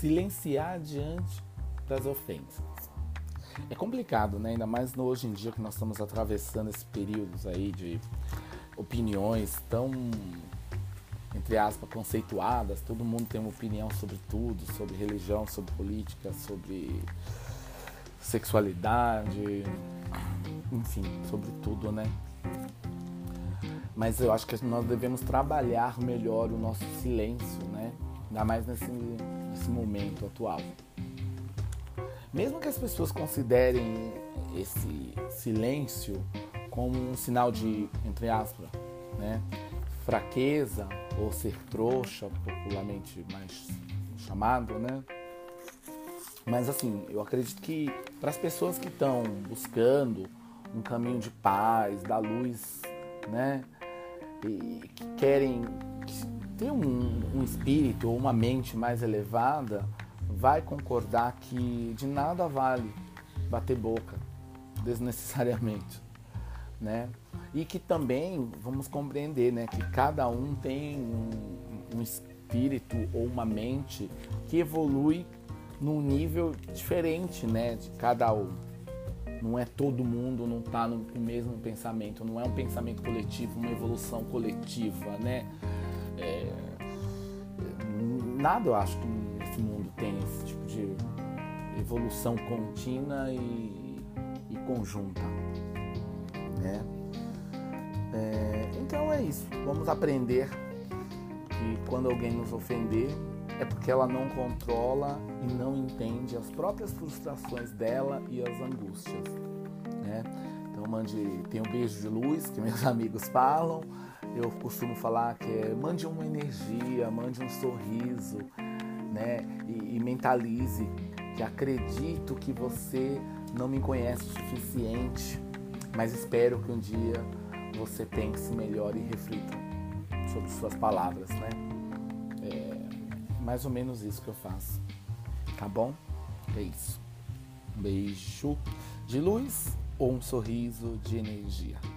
silenciar diante das ofensas. É complicado, né? Ainda mais hoje em dia que nós estamos atravessando esses períodos aí de opiniões tão, entre aspas, conceituadas. Todo mundo tem uma opinião sobre tudo, sobre religião, sobre política, sobre sexualidade, enfim, sobre tudo, né? Mas eu acho que nós devemos trabalhar melhor o nosso silêncio, né? Ainda mais nesse momento atual. Mesmo que as pessoas considerem esse silêncio como um sinal de, entre aspas, né, fraqueza ou ser trouxa, popularmente mais chamado, né? Mas assim, eu acredito que para as pessoas que estão buscando um caminho de paz, da luz, né, e que querem ter um espírito ou uma mente mais elevada, vai concordar que de nada vale bater boca desnecessariamente, né? E que também vamos compreender, né, que cada um tem um espírito ou uma mente que evolui num nível diferente, né, de cada um. Não é todo mundo, não está no mesmo pensamento, não é um pensamento coletivo, uma evolução coletiva, né? Nada, eu acho, que nesse mundo tem esse tipo de evolução contínua e conjunta, né? Então é isso. Vamos aprender que quando alguém nos ofender é porque ela não controla e não entende as próprias frustrações dela e as angústias, né? Então tem um beijo de luz que meus amigos falam. Eu costumo falar que mande uma energia, mande um sorriso, né? E mentalize que acredito que você não me conhece o suficiente, mas espero que um dia você pense melhor e reflita sobre suas palavras, né? Mais ou menos isso que eu faço, tá bom? É isso. Um beijo de luz ou um sorriso de energia.